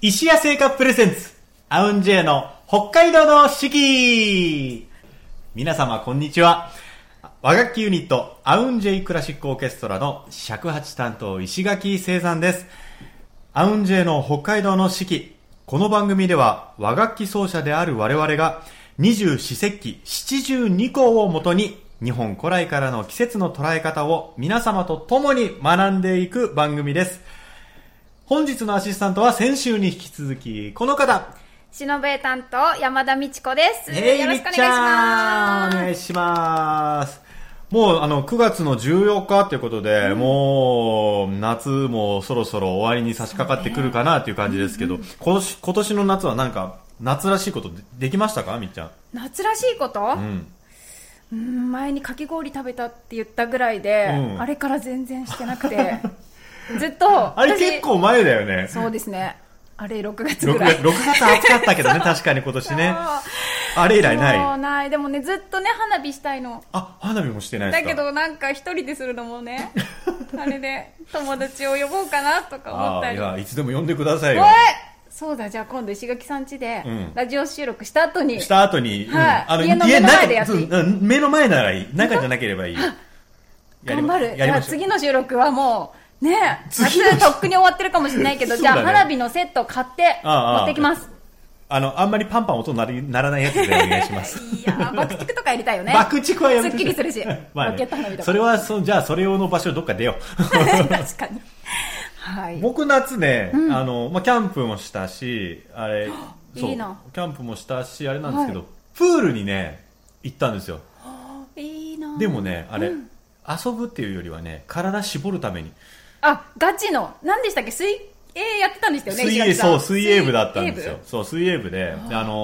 石屋製菓プレゼンツアウンジェイの北海道の四季。皆様こんにちは。和楽器ユニットアウンジェイクラシックオーケストラの尺八担当石垣聖山です。アウンジェイの北海道の四季。この番組では和楽器奏者である我々が二十四節気七十二候をもとに日本古来からの季節の捉え方を皆様と共に学んでいく番組です。本日のアシスタントは先週に引き続きこの方、 しのぶえ担当山田美智子です。よろしくお願いします。 お願いします。もう9月の14日ということで、もう夏もそろそろ終わりに差し掛かってくるかなという感じですけど、今年の夏はなんか夏らしいこと できましたか、みっちゃん。 夏らしいこと、前にかき氷食べたって言ったぐらいで、あれから全然してなくてずっとあれ結構前だよね。 そうですね、あれ6月ぐらい。 6月暑かったけどね確かに今年ね。あれ以来ない。 でもね、ずっとね花火したいの。 花火もしてないですか。 だけどなんか一人でするのもねあれで友達を呼ぼうかなとか思ったり。 いや、いつでも呼んでくださいよ。 そうだ、じゃあ今度石垣さん家でラジオ収録した後に、 家の目の前でやっていい。 目の前ならいい、中じゃなければいい。 頑張る。じゃあ次の収録はもうね、夏とっくに終わってるかもしれないけど、じゃあ花火のセットを買って持ってきます。 あんまりパンパン音ならないやつでお願いします。 いや、爆竹とかやりたいよね。 爆竹はやめて。 すっきりするし、 まあね、 ロケット花火とか。 それはじゃあそれ用の場所どっか出よう。 確かに。はい。 僕夏ね、キャンプもしたし、 いいな。 キャンプもしたし、あれなんですけど、プールにね行ったんですよ。 いいな。 でもね、遊ぶっていうよりはね、体絞るために。 ガチの何でしたっけ、水泳やってたんですよね。 水泳部だったんですよ。そう、水泳部で、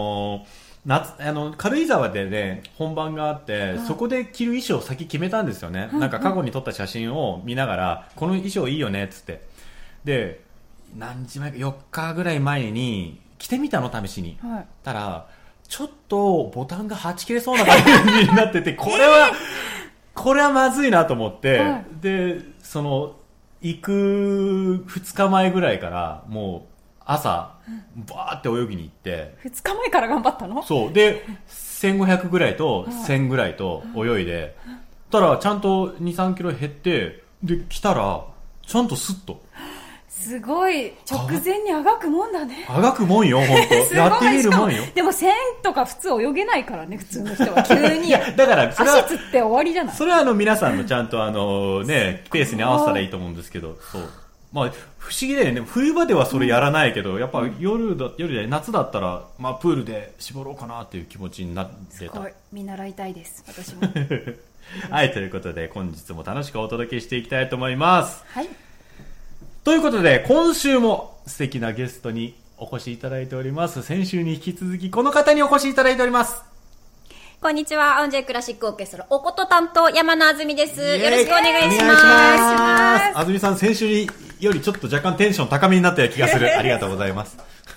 軽井沢でね本番があって、そこで着る衣装を先決めたんですよね。なんか過去に撮った写真を見ながら、この衣装いいよねっつって、で何日前か4日ぐらい前に着てみたの、試しに。たらちょっとボタンがはち切れそうな感じになっててこれはまずいなと思って、で行く2日前ぐらいからもう朝バーって泳ぎに行って、 2日前から頑張ったの。 そうで1500ぐらいと1000ぐらいと泳いで、たらちゃんと 2,3 キロ減って、で来たらちゃんとスッと。 すごい直前にあがくもんだね。 あがくもんよ、本当。やってみるもんよ。 でも1000とか普通泳げないからね、普通の人は急に。 だからそれは足つって終わりじゃない。 それは皆さんのちゃんとペースに合わせたらいいと思うんですけど、そう。まあ不思議だよね。冬場ではそれやらないけど、やっぱ夜で夏だったらプールで絞ろうかなっていう気持ちになってた。 すごい見習いたいです、私も。 はい、ということで本日も楽しくお届けしていきたいと思います。 はい。 ということで今週も素敵なゲストにお越しいただいております。先週に引き続きこの方にお越しいただいております。 こんにちは、アウンジェイクラシックオーケストラおこと担当山野あずみです。よろしくお願いします。 あずみさん、先週よりちょっと若干テンション高めになったような気がする。ありがとうございます。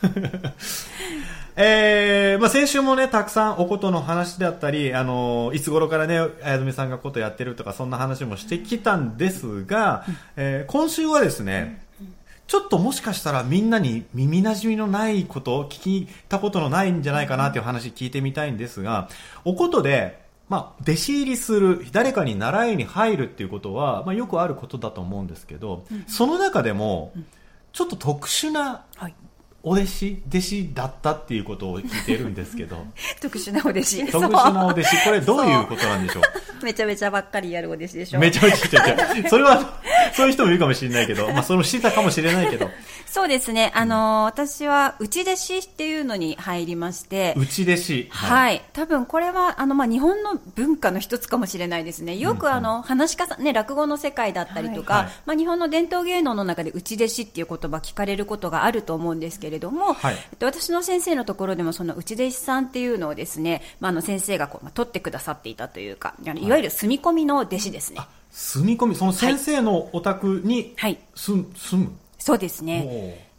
先週もねたくさんおことの話であったり、いつ頃からねあずみさんがことやってるとか、そんな話もしてきたんですが、今週はですね、ちょっともしかしたらみんなに耳なじみのないこと、聞いたことのないんじゃないかなという話聞いてみたいんですが、おことで弟子入りする、誰かに習いに入るっていうことは、よくあることだと思うんですけど、その中でもちょっと特殊な弟子だったっていうことを聞いてるんですけど特殊なお弟子。 特殊なお弟子、これどういうことなんでしょう。 めちゃめちゃばっかりやるお弟子でしょ。 めちゃめちゃそれはそういう人もいるかもしれないけど、そのしてたかもしれないけど。 そうですね、私は内弟子っていうのに入りまして。 内弟子、 はい、多分これは日本の文化の一つかもしれないですね。よく話し家ね、落語の世界だったりとか、日本の伝統芸能の中で内弟子っていう言葉聞かれることがあると思うんですけれども、私の先生のところでもその内弟子さんっていうのをですね、先生が取ってくださっていたというか、いわゆる住み込みの弟子ですね。 住み込み、その先生のお宅に住む。 そうですね。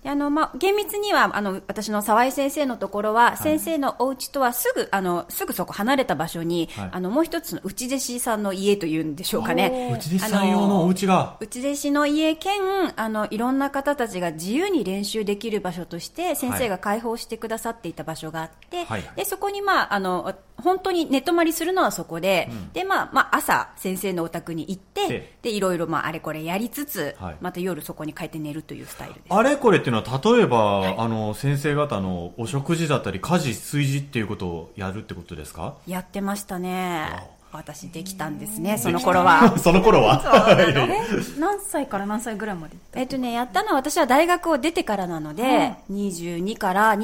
厳密には私の沢井先生のところは、先生のお家とはすぐそこ離れた場所に、もう一つの内弟子さんの家というんでしょうかね。 内弟子さん用のお家が。 内弟子の家兼、いろんな方たちが自由に練習できる場所として、先生が開放してくださっていた場所があって、で、そこに本当に寝泊まりするのはそこで、で、朝、先生のお宅に行って、で、いろいろあれこれやりつつ、また夜そこに帰って寝るというスタイルです。 あれこれっていうのは、例えば、先生方のお食事だったり、家事、炊事っていうことをやるってことですか？ やってましたね。私できたんですね、その頃は。 その頃は何歳から何歳ぐらいまで？ やったのは私は大学を出てからなので、22から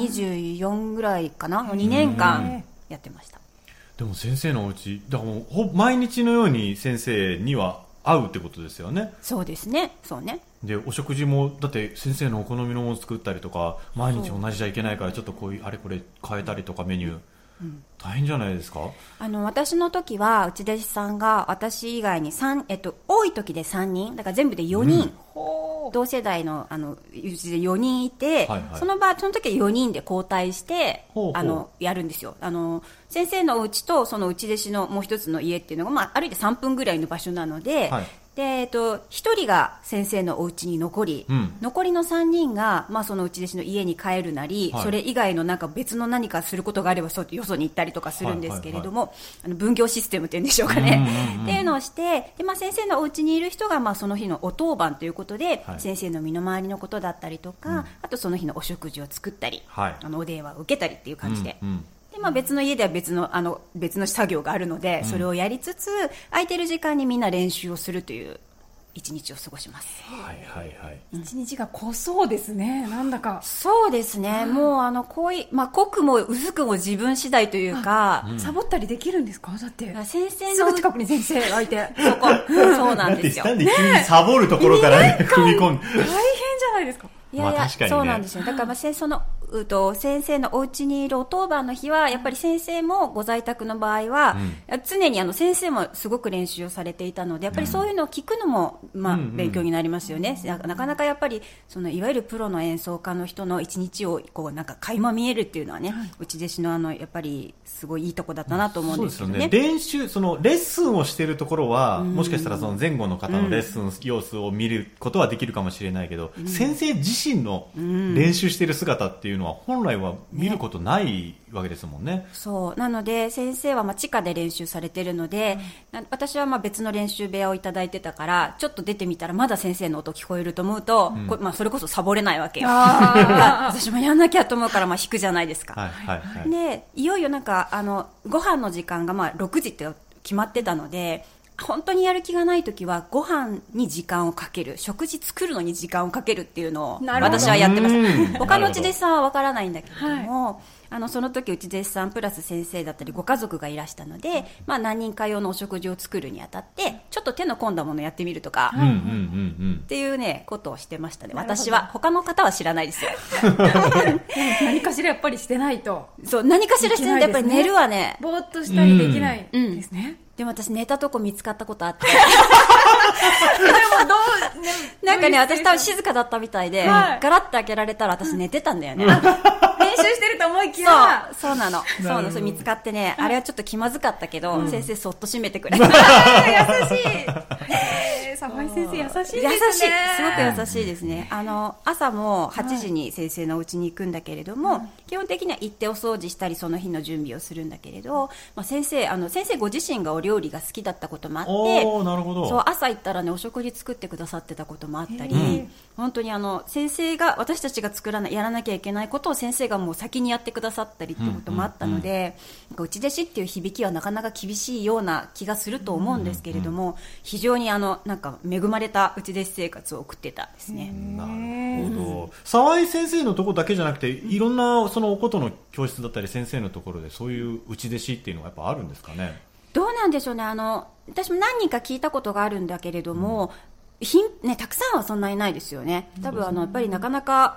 24ぐらいかな、2年間やってました。 でも先生のお家だから毎日のように先生には会うってことですよね。 そうですね、そうね。 でお食事もだって先生のお好みのものを作ったりとか、毎日同じじゃいけないからちょっとこういうあれこれ変えたりとかメニュー、大変じゃないですか？ 私の時は内弟子さんが私以外に多い時で3人だから全部で4人、同世代のうちで4人いて、その時は4人で交代してやるんですよ。先生のお家とその内弟子のもう一つの家っていうのが、歩いて3分ぐらいの場所なので、で1人が先生のお家に残り、残りの3人が、その内弟子の家に帰るなり、それ以外の別の何かすることがあればよそに行ったりとかするんですけれども、分業システムっていうんでしょうかね、っていうのをしてで、先生のお家にいる人が、その日のお当番ということで、先生の身の回りのことだったりとか、あとその日のお食事を作ったり、お電話を受けたりっていう感じで。で別の家では別の作業があるので、それをやりつつ空いてる時間にみんな練習をするという一日を過ごします。 一日が濃そうですね。なんだかそうですね。もう濃くも薄くも自分次第というか、 サボったりできるんですか？だって先生のすぐ近くに先生がいてそうなんですよ。 なんで急にサボるところから踏み込んで大変じゃないですか？ いやいや、そうなんですよ。だから先生のお家にいるお当番の日はやっぱり先生もご在宅の場合は、常に先生もすごく練習をされていたので、やっぱりそういうのを聞くのも勉強になりますよね。なかなかやっぱりいわゆるプロの演奏家の人の一日を垣間見えるっていうのはね、内弟子のやっぱりすごいいいとこだったなと思うんですよね。 練習レッスンをしているところは、もしかしたら前後の方のレッスン様子を見ることはできるかもしれないけど、先生自身の練習している姿っていうのは本来は見ることないわけですもんね。 そうなので先生は地下で練習されているので、私は別の練習部屋をいただいてたから、ちょっと出てみたらまだ先生の音聞こえると思うと、それこそサボれないわけよ。私もやんなきゃと思うから弾くじゃないですか。でいよいよご飯の時間が6時って決まってたので、本当にやる気がないときはご飯に時間をかける、食事作るのに時間をかけるっていうのを私はやってました。他の内弟子さんはわからないんだけれども、その時内弟子さんプラス先生だったりご家族がいらしたので、何人か用のお食事を作るにあたってちょっと手の込んだものをやってみるとか、っていうねことをしてましたね。私は。他の方は知らないですよ。 何かしらやっぱりしてないと。 そう何かしらしてないとやっぱり寝るはね、 ぼーっとしたりできないですね。 でも私寝たとこ見つかったことあってでも私多分静かだったみたいで、ガラッと開けられたら私寝てたんだよね。 練習してると思いきやそうなの。それ見つかってね、あれはちょっと気まずかったけど、先生そっと閉めてくれた。 優しい。沢井先生優しいですね。 すごく優しいですね。朝も8時に先生のお家に行くんだけれども、基本的には行ってお掃除したりその日の準備をするんだけれど、先生ご自身がお料理が好きだったこともあって、 なるほど。 そう朝行ったらねお食事作ってくださってたこともあったり、本当に先生が私たちがやらなきゃいけないことを先生がもう先にやってくださったりってこともあったので、内弟子っていう響きはなかなか厳しいような気がすると思うんですけれども、非常に恵まれた内弟子生活を送ってたんですね。 なるほど。沢井先生のところだけじゃなくて、いろんなお琴の教室だったり先生のところでそういう内弟子っていうのがやっぱあるんですかね？ どうなんでしょうね。私も何人か聞いたことがあるんだけれども、たくさんはそんなにないですよね。多分やっぱりなかなか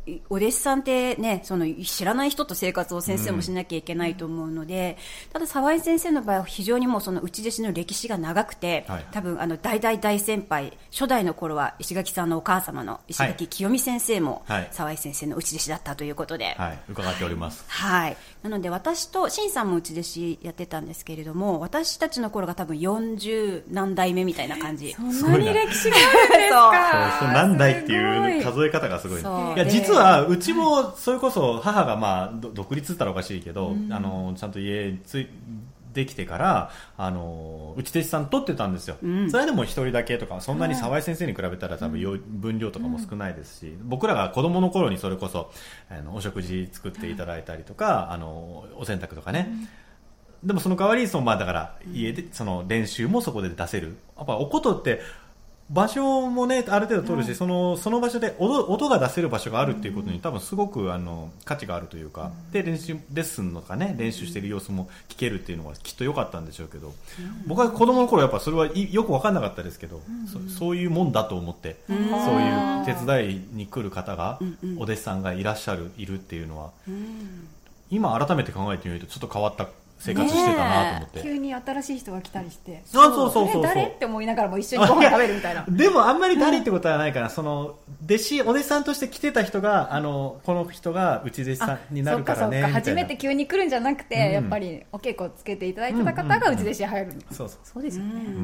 お弟子さんってね、その知らない人と生活を先生もしなきゃいけないと思うので、ただ沢井先生の場合は非常にもうその内弟子の歴史が長くて、多分大大先輩、初代の頃は石垣さんのお母様の石垣清美先生も沢井先生の内弟子だったということで、 伺っております。 なので私と新さんも内弟子やってたんですけれども、私たちの頃が多分40何代目みたいな感じ。 そんなに歴史があるんですか。 そう何代っていう数え方がすごい。いや実はうちもそれこそ母が独立ったらおかしいけど、ちゃんと家できてから内弟子さん取ってたんですよ。それでも一人だけとか、そんなに沢井先生に比べたら多分分量とかも少ないですし、僕らが子供の頃にそれこそお食事作っていただいたりとか、お洗濯とかね、でもその代わりだから家でその練習もそこで出せる。やっぱおことって場所もねある程度取るし、その場所で音が出せる場所があるっていうことに多分すごく価値があるというか、でレッスンとかね、練習している様子も聞けるっていうのがきっと良かったんでしょうけど、僕は子供の頃やっぱそれはよく分かんなかったですけど、そういうもんだと思って、そういう手伝いに来る方が、お弟子さんがいるっていうのは、今改めて考えてみるとちょっと変わった生活してたなと思って、 急に新しい人が来たりして、 そう誰って思いながらも一緒にご飯食べるみたいなでもあんまり誰ってことはないから、そのお弟子さんとして来てた人がこの人が内弟子さんになるからねみたいな。 初めて急に来るんじゃなくて、やっぱりお稽古つけていただいてた方が内弟子に入る。そうですよ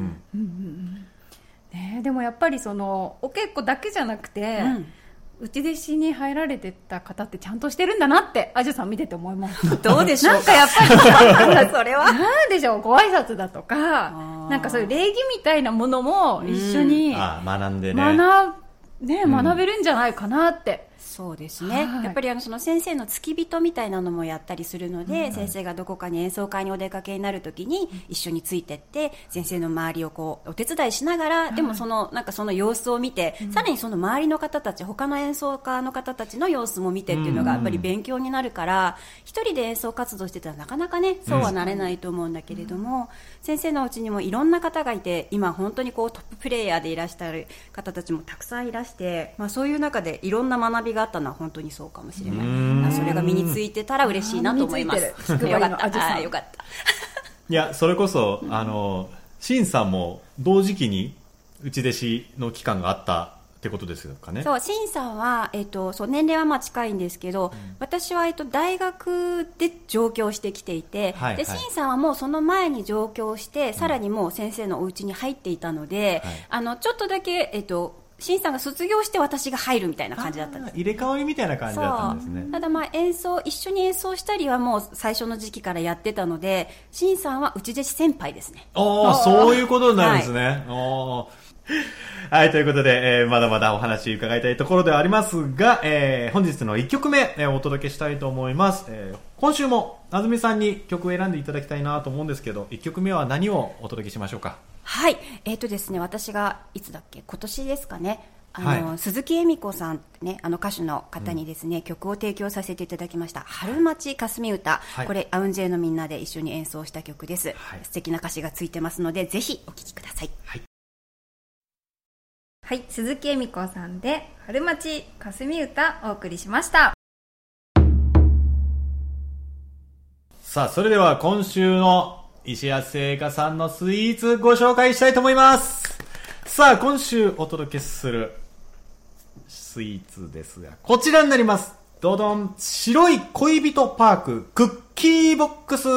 ね。でもやっぱりそのお稽古だけじゃなくて、内弟子に入られてた方ってちゃんとしてるんだなってアジュさん見てて思います。 どうでしょうか。 なんかやっぱりそれはなんでしょう、ご挨拶だとか、なんかそういう礼儀みたいなものも一緒に学んでね、 学べるんじゃないかなって。 そうですね、やっぱりその先生の付き人みたいなのもやったりするので、先生がどこかに演奏会にお出かけになるときに一緒についてって先生の周りをこうお手伝いしながら、でもなんかその様子を見て、さらにその周りの方たち、他の演奏家の方たちの様子も見てっていうのがやっぱり勉強になるから、一人で演奏活動してたらなかなかねそうはなれないと思うんだけれども、先生のうちにもいろんな方がいて、今本当にこうトッププレイヤーでいらっしゃる方たちもたくさんいらして、そういう中でいろんな学びがあったのは本当にそうかもしれない。それが身についてたら嬉しいなと思います。よかった。よかった。 いや、それこそシンさんも同時期に内弟子の期間があったってことですかね。 そう、シンさんはそう年齢は近いんですけど、私は大学で上京してきていて、でシンさんはもうその前に上京して、さらにもう先生のお家に入っていたので、ちょっとだけシンさんが卒業して私が入るみたいな感じだったんです。 入れ替わりみたいな感じだったんですね。 ただ一緒に演奏したりはもう最初の時期からやってたので、シンさんは内弟子先輩ですね。 そういうことになるんですね。はい、ということで、まだまだお話伺いたいところではありますが、本日の1曲目、お届けしたいと思います。今週も安住さんに曲を選んでいただきたいなと思うんですけど、1曲目は何をお届けしましょうか。 はい、ですね、私がいつだっけ、今年ですかね、鈴木恵美子さん、ね、歌手の方にですね、曲を提供させていただきました春町かすみ歌、これアウンジェのみんなで一緒に演奏した曲です。素敵な歌詞がついてますので、ぜひお聴きください。 はい、鈴木恵美子さんで春町かすみ歌お送りしました。 さあ、それでは今週の石谷製菓さんのスイーツご紹介したいと思います。さあ、今週お届けするスイーツですが、こちらになります。どどん、白い恋人パーククッキーボックス。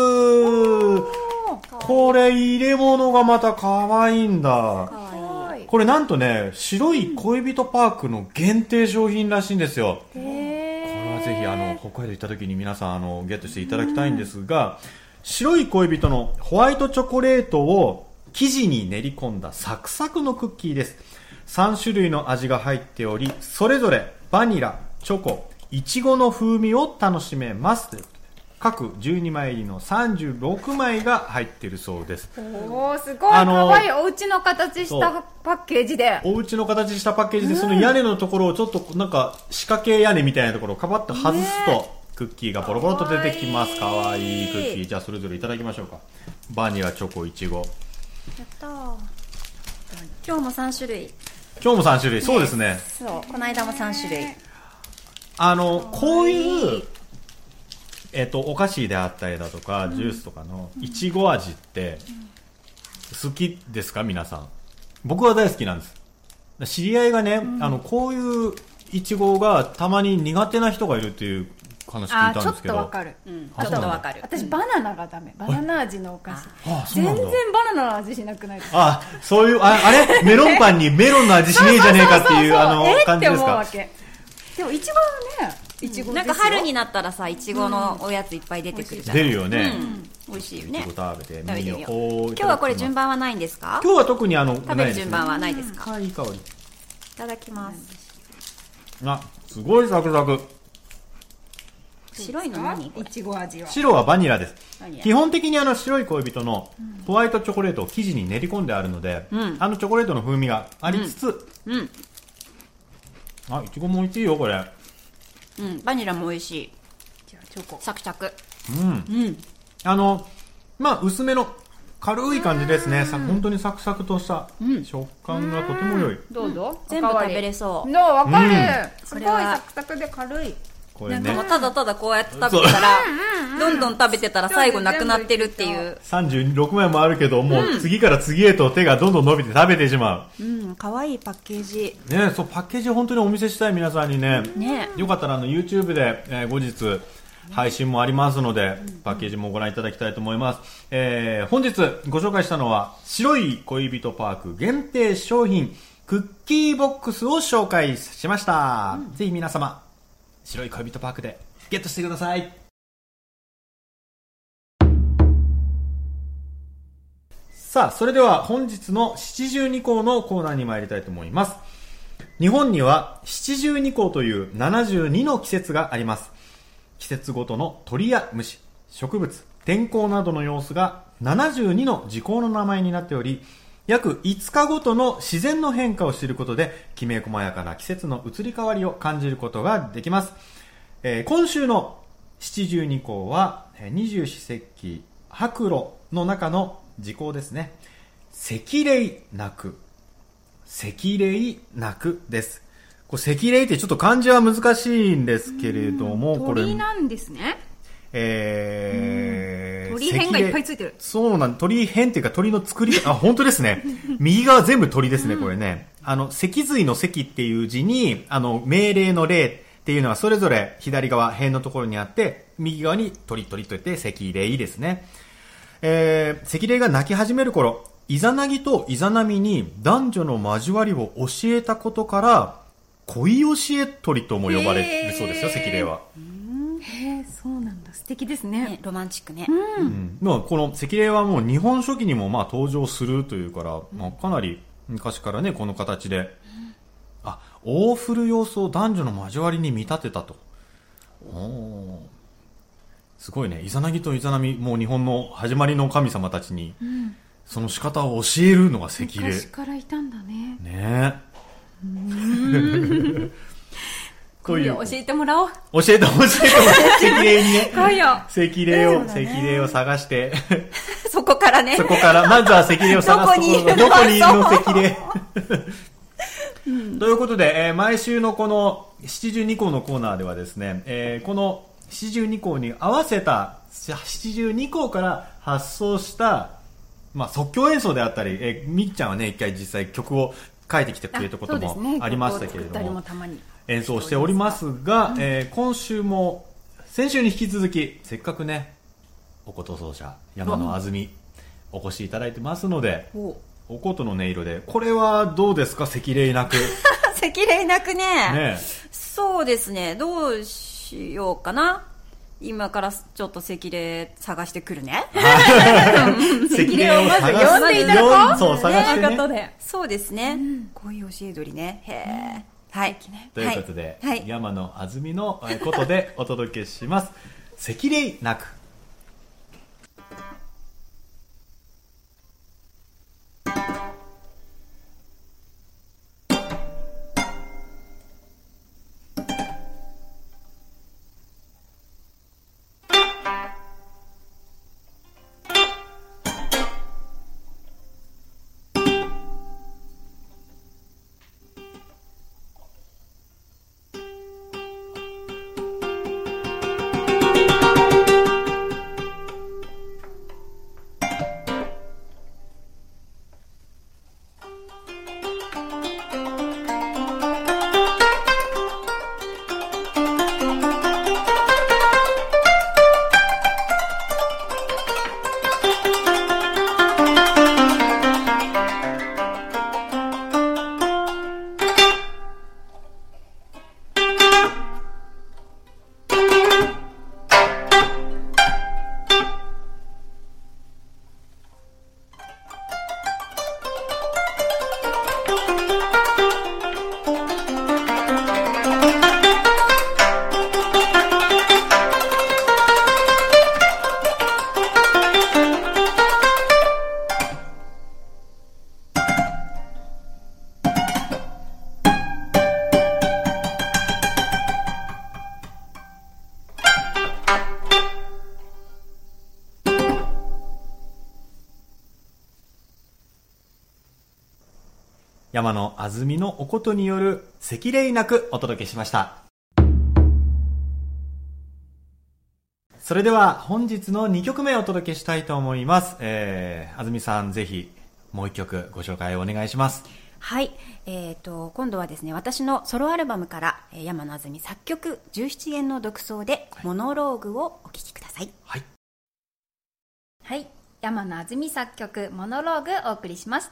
これ入れ物がまた可愛いんだ。これなんとね、白い恋人パークの限定商品らしいんですよ。これはぜひ北海道行った時に皆さんゲットしていただきたいんですが、白い恋人のホワイトチョコレートを生地に練り込んだサクサクのクッキーです。3種類の味が入っており、それぞれバニラ、チョコ、いちごの風味を楽しめます。各12枚入りの36枚が入っているそうです。 すごい可愛いお家の形したパッケージで、 お家の形したパッケージで、その屋根のところをちょっとなんか仕掛け屋根みたいなところをカパッと外すと、クッキーがポロポロと出てきます。かわいいクッキー。じゃあそれぞれいただきましょうか。バニラ、チョコ、いちご。やったー。今日も3種類。 今日も3種類、そうですね。 そう、この間も3種類。 こういう、お菓子であったりだとか、ジュースとかのいちご味って好きですか皆さん。僕は大好きなんです。知り合いがね、こういういちごがたまに苦手な人がいるっていう話聞いたんですけど。 ちょっとわかる、 ちょっとわかる。 私バナナがダメ。バナナ味のお菓子全然バナナの味しなくないですか？ そういうあれメロンパンにメロンの味しねえじゃねえかっていう感じですか？って思うわけ。 でもいちごはね、いちごなんか春になったらさ、いちごのおやついっぱい出てくるじゃん。 出るよね。 美味しいよね。 いちご食べてみよう。今日はこれ順番はないんですか？ 今日は特に食べる順番はないですか？ いい香り。いただきます。 すごいサクサク。 白いの何？ いちご味は。 白はバニラです。基本的に白い恋人のホワイトチョコレートを生地に練り込んであるので、チョコレートの風味がありつつ、いちごも美味しいよこれ。 バニラも美味しい。 じゃあチョコ。 サクサク。 薄めの軽い感じですね。本当にサクサクとした食感がとても良い。 どうぞ。 全部食べれそう。 わかる。すごいサクサクで軽い。 なんかもうただただこうやって食べてたら、どんどん食べてたら最後なくなってるっていう。 36枚もあるけど、もう次から次へと手がどんどん伸びて食べてしまう。可愛いパッケージ。 ね、そうパッケージ本当にお見せしたい皆さんにね。よかったらYouTube で後日配信もありますので、パッケージもご覧いただきたいと思います。本日ご紹介したのは白い恋人パーク限定商品クッキーボックスを紹介しました。ぜひ皆様白い恋人パークでゲットしてください。さあ、それでは本日の七十二候のコーナーに参りたいと思います。日本には七十二候という72の季節があります。季節ごとの鳥や虫、植物、天候などの様子が72の時効の名前になっており、約5日ごとの自然の変化を知ることで、きめ細やかな季節の移り変わりを感じることができます。今週の七十二候は、二十四節気白露の中の時効ですね。赤霊鳴く。赤霊鳴くです。赤霊ってちょっと漢字は難しいんですけれども、これ。 鳥なんですね。 鳥偏がいっぱいついてる。 そうなん、鳥偏っていうか鳥の作り、本当ですね。右側全部鳥ですね、これね。脊髄の脊っていう字に、命令の令っていうのはそれぞれ左側、偏のところにあって、右側に鳥と言って赤霊ですね。赤霊が鳴き始める頃、イザナギとイザナミに男女の交わりを教えたことから、恋教え鳥とも呼ばれるそうですよ、赤霊は。 そうなんだ。素敵ですね。 ロマンチックね。 この赤霊はもう日本書紀にも登場するというから、かなり昔からね、この形で。大降る様子を男女の交わりに見立てたと。すごいね。イザナギとイザナミ、もう日本の始まりの神様たちに、その仕方を教えるのが赤霊。 昔からいたんだね。 ねこういう教えてもらおう。 教えてほしい。赤霊にね。赤霊を探して。 そこからね。 そこから、まずは赤霊を探すところ。どこにいるの赤霊。ということで、毎週のこの七十二候のコーナーではですね、この七十二候に合わせた七十二候から発想した、即興演奏であったり、みっちゃんはね、一回実際曲を書いてきてくれたこともありましたけれども、演奏しておりますが、今週も先週に引き続き、せっかくね、お琴奏者山野あずみお越しいただいてますので、お琴の音色で、これはどうですか、赤霊鳴く。 赤霊鳴くね。そうですね、どうしようかな。今からちょっと赤霊探してくるね。 赤霊をまず呼んでいただこう。 そう、探してね。 そうですね。こういう教え鳥ね。へー。はい。 ということで、山野あずみのことでお届けします。赤霊鳴く。 山野あずみのおことによる赤霊なくお届けしました。それでは本日の2曲目をお届けしたいと思います。あずみさん、ぜひもう1曲ご紹介をお願いします。 はい、今度はですね、私のソロアルバムから山野あずみ作曲17弦の独奏でモノローグをお聴きください。 はい、 はい、山野あずみ作曲モノローグお送りしました。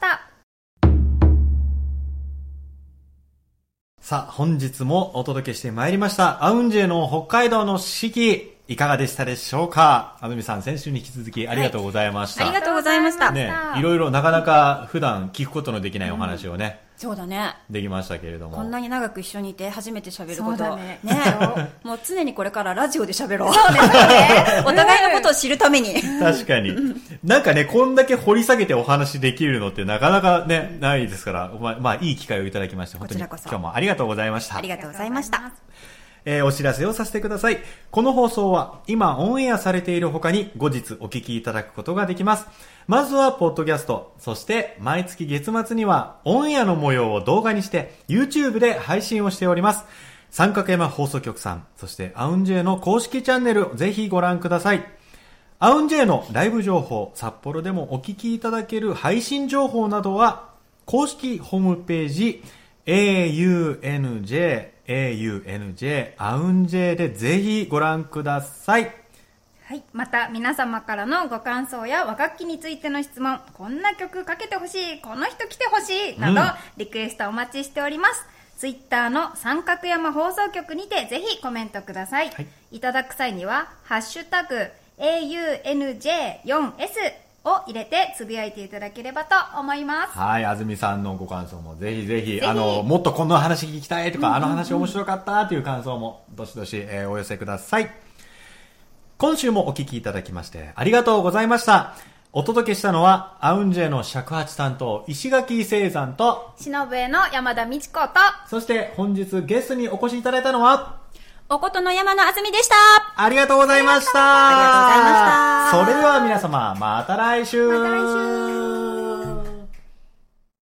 さあ、本日もお届けしてまいりましたアウンジェの北海道の四季、いかがでしたでしょうか。あずみさん、先週に引き続きありがとうございました。 ありがとうございました。 ね、いろいろなかなか普段聞くことのできないお話をね、 そうだね、 できましたけれども、 こんなに長く一緒にいて初めて喋ることそうだねもう常にこれからラジオで喋ろう。 そうですねお互いのことを知るために。 確かに。なんかね、こんだけ掘り下げてお話できるのってなかなかね、ないですから、まあいい機会をいただきまして、本当に今日もありがとうございました。 ありがとうございました。 お知らせをさせてください。この放送は今オンエアされている他に後日お聞きいただくことができます。まずはポッドキャスト、そして毎月月末にはオンエアの模様を動画にして YouTube で配信をしております。三角山放送局さん、そしてアウンジェの公式チャンネルぜひご覧ください。アウンジェのライブ情報、札幌でもお聞きいただける配信情報などは公式ホームページAUNJ アウンジェでぜひご覧ください。 はい、また皆様からのご感想や和楽器についての質問、こんな曲かけてほしい、この人来てほしいなど、リクエストお待ちしております。ツイッターの三角山放送局にてぜひコメントください。はい、いただく際にはハッシュタグ AUNJ4S を入れてつぶやいていただければと思います。 はい、あずみさんのご感想もぜひぜひ、もっとこんな話聞きたいとか、あの話面白かったという感想もどしどし、お寄せください。今週もお聞きいただきましてありがとうございました。お届けしたのはアウンジェの尺八担当石垣聖山と篠笛の山田美智子と、 そして本日ゲストにお越しいただいたのはおことの山野あずみでした。 ありがとうございました。 ありがとうございました。 それでは皆様、また来週。 また来週。